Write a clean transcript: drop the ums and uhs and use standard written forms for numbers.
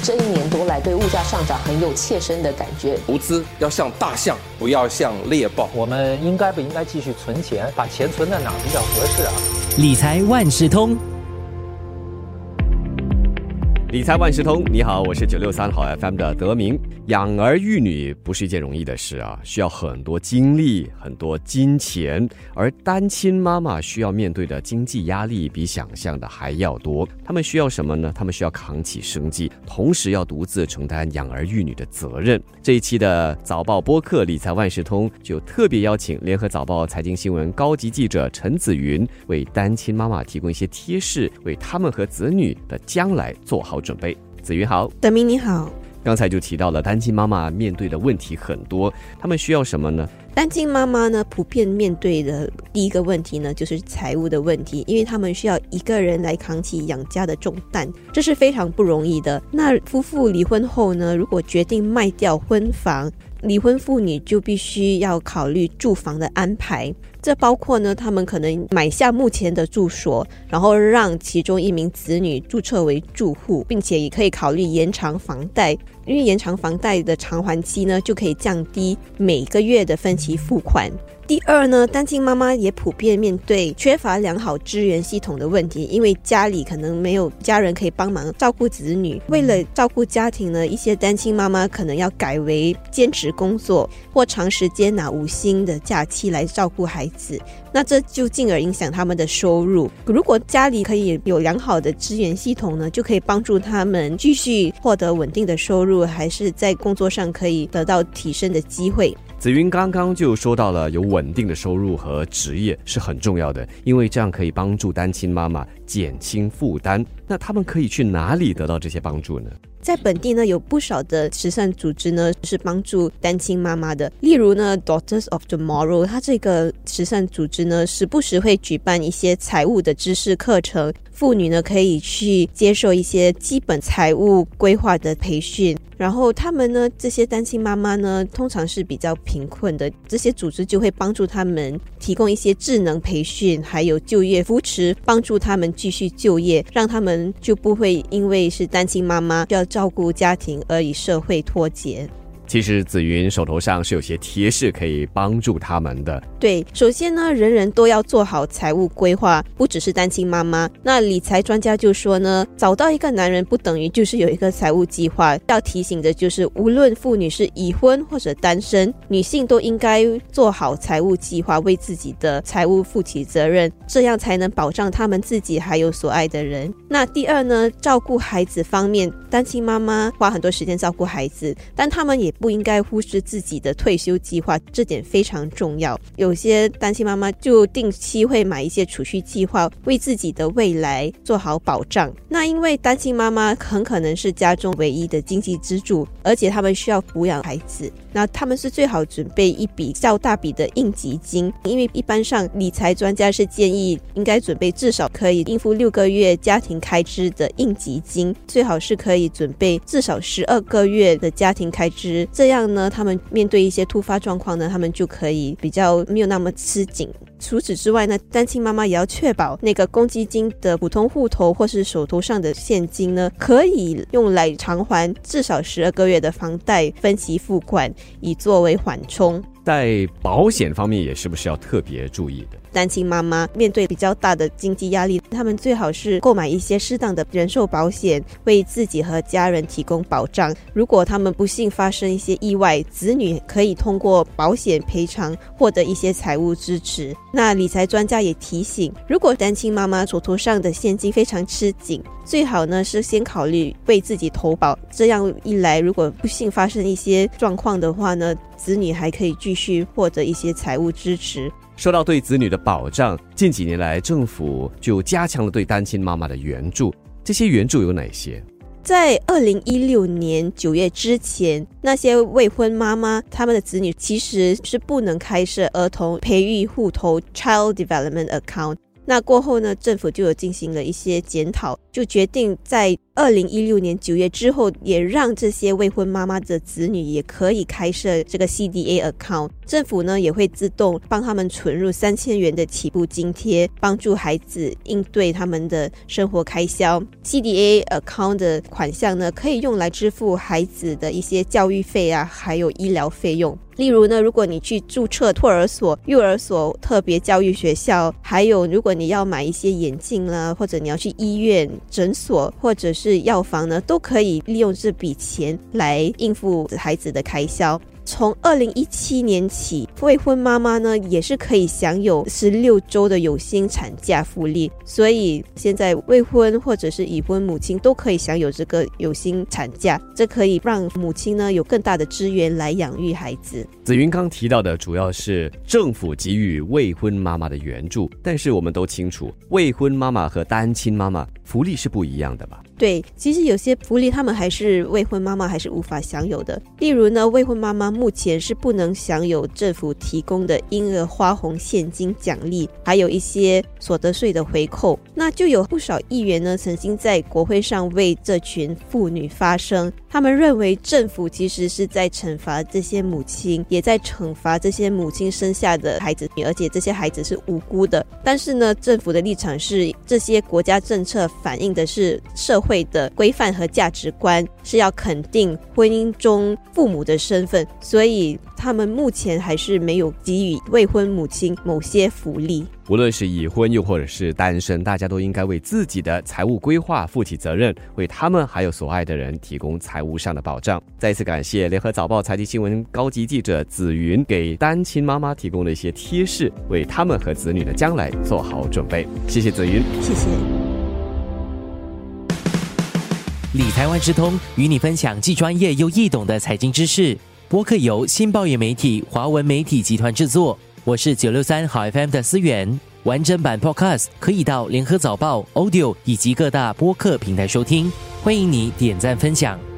这1年多来对物价上涨很有切身的感觉。 投资要像大象，不要像猎豹。 我们应该不应该继续存钱？把钱存在哪比较合适啊？ 理财万事通。理财万事通，你好，我是963好 FM 的德明。养儿育女不是一件容易的事啊，需要很多精力，很多金钱，而单亲妈妈需要面对的经济压力比想象的还要多。他们需要什么呢？他们需要扛起生计，同时要独自承担养儿育女的责任。这一期的早报播客理财万事通就特别邀请联合早报财经新闻高级记者陈子云，为单亲妈妈提供一些贴士，为他们和子女的将来做好准备。子云好。 德明你好。 刚才就提到了单亲妈妈面对的问题很多，他们需要什么呢？ 单亲妈妈呢，普遍面对的第一个问题呢，就是财务的问题，因为他们需要一个人来扛起养家的重担，这是非常不容易的。那夫妇离婚后呢，如果决定卖掉婚房，离婚妇女就必须要考虑住房的安排，这包括呢，他们可能买下目前的住所，然后让其中一名子女注册为住户，并且也可以考虑延长房贷，因为延长房贷的偿还期呢，就可以降低每个月的分期付款。第二呢，单亲妈妈也普遍面对缺乏良好支援系统的问题，因为家里可能没有家人可以帮忙照顾子女。为了照顾家庭呢，一些单亲妈妈可能要改为兼职工作，或长时间拿5薪的假期来照顾孩子，那这就进而影响他们的收入。如果家里可以有良好的支援系统呢，就可以帮助他们继续获得稳定的收入，还是在工作上可以得到提升的机会。 子云刚刚就说到了有稳定的收入和职业是很重要的，因为这样可以帮助单亲妈妈减轻负担。那他们可以去哪里得到这些帮助呢？ 在本地呢，有不少的慈善组织呢是帮助单亲妈妈的，例如呢 Daughters of Tomorrow， 它这个慈善组织呢时不时会举办一些财务的知识课程，妇女呢可以去接受一些基本财务规划的培训。然后他们呢，这些单亲妈妈呢通常是比较贫困的，这些组织就会帮助他们提供一些智能培训，还有就业扶持，帮助他们继续就业，让他们就不会因为是单亲妈妈要照顾家庭而与社会脱节。 其实子云手头上是有些贴士可以帮助他们的。 对，首先呢，人人都要做好财务规划，不只是单亲妈妈。那理财专家就说呢，找到一个男人不等于就是有一个财务计划。要提醒的就是，无论妇女是已婚或者单身，女性都应该做好财务计划，为自己的财务负起责任，这样才能保障他们自己还有所爱的人。那第二呢，照顾孩子方面，单亲妈妈花很多时间照顾孩子，但他们也不应该忽视自己的退休计划，这点非常重要。有些单亲妈妈就定期会买一些储蓄计划，为自己的未来做好保障。那因为单亲妈妈很可能是家中唯一的经济支柱，而且他们需要抚养孩子，那他们是最好准备一笔较大笔的应急金，因为一般上理财专家是建议应该准备至少可以应付6个月家庭开支的应急金，最好是可以准备至少12个月的家庭开支，这样呢，他们面对一些突发状况呢，他们就可以比较没有那么吃紧。除此之外呢，单亲妈妈也要确保那个公积金的普通户头或是手头上的现金呢，可以用来偿还至少12个月的房贷分期付款，以作为缓冲。 在保险方面也是不是要特别注意的？ 单亲妈妈面对比较大的经济压力，他们最好是购买一些适当的人寿保险，为自己和家人提供保障。如果他们不幸发生一些意外，子女可以通过保险赔偿获得一些财务支持。那理财专家也提醒，如果单亲妈妈手头上的现金非常吃紧，最好呢是先考虑为自己投保，这样一来，如果不幸发生一些状况的话呢，子女还可以继续获得一些财务支持。 说到对子女的保障，近几年来政府就加强了对单亲妈妈的援助，这些援助有哪些？ 在2016年9月之前，那些未婚妈妈他们的子女其实是不能开设儿童培育户头 Child Development Account。那过后呢，政府就有进行了一些检讨，就决定在 2016年9月之后，也让这些未婚妈妈的子女也可以开设这个 CDA account， 政府呢也会自动帮他们存入3000元的起步津贴，帮助孩子应对他们的生活开销。 CDA account 的款项呢可以用来支付孩子的一些教育费啊，还有医疗费用。例如呢，如果你去注册托儿所、幼儿所、特别教育学校，还有如果你要买一些眼镜啦，或者你要去医院、诊所或者是药房呢，都可以利用这笔钱来应付孩子的开销。从2017年起，未婚妈妈呢也是可以享有16周的有薪产假福利，所以现在未婚或者是已婚母亲都可以享有这个有薪产假，这可以让母亲呢有更大的资源来养育孩子。 紫云刚提到的主要是政府给予未婚妈妈的援助，但是我们都清楚，未婚妈妈和单亲妈妈福利是不一样的吧？ 对，其实有些福利他们还是未婚妈妈还是无法享有的。例如呢，未婚妈妈目前是不能享有政府提供的婴儿花红现金奖励，还有一些所得税的回扣。那就有不少议员呢曾经在国会上为这群妇女发声，他们认为政府其实是在惩罚这些母亲，也在惩罚这些母亲生下的孩子，而且这些孩子是无辜的。但是呢，政府的立场是这些国家政策反映的是社会的规范和价值观，是要肯定婚姻中父母的身份，所以他们目前还是没有给予未婚母亲某些福利。 无论是已婚又或者是单身，大家都应该为自己的财务规划负起责任，为他们还有所爱的人提供财务上的保障。再次感谢联合早报财经新闻高级记者紫云给单亲妈妈提供的一些贴士，为他们和子女的将来做好准备。谢谢紫云。 谢谢。 理财万事通与你分享既专业又易懂的财经知识。播客由新报业媒体华文媒体集团制作，我是963好 FM 的思源。完整版 Podcast 可以到联合早报 Audio 以及各大播客平台收听，欢迎你点赞分享。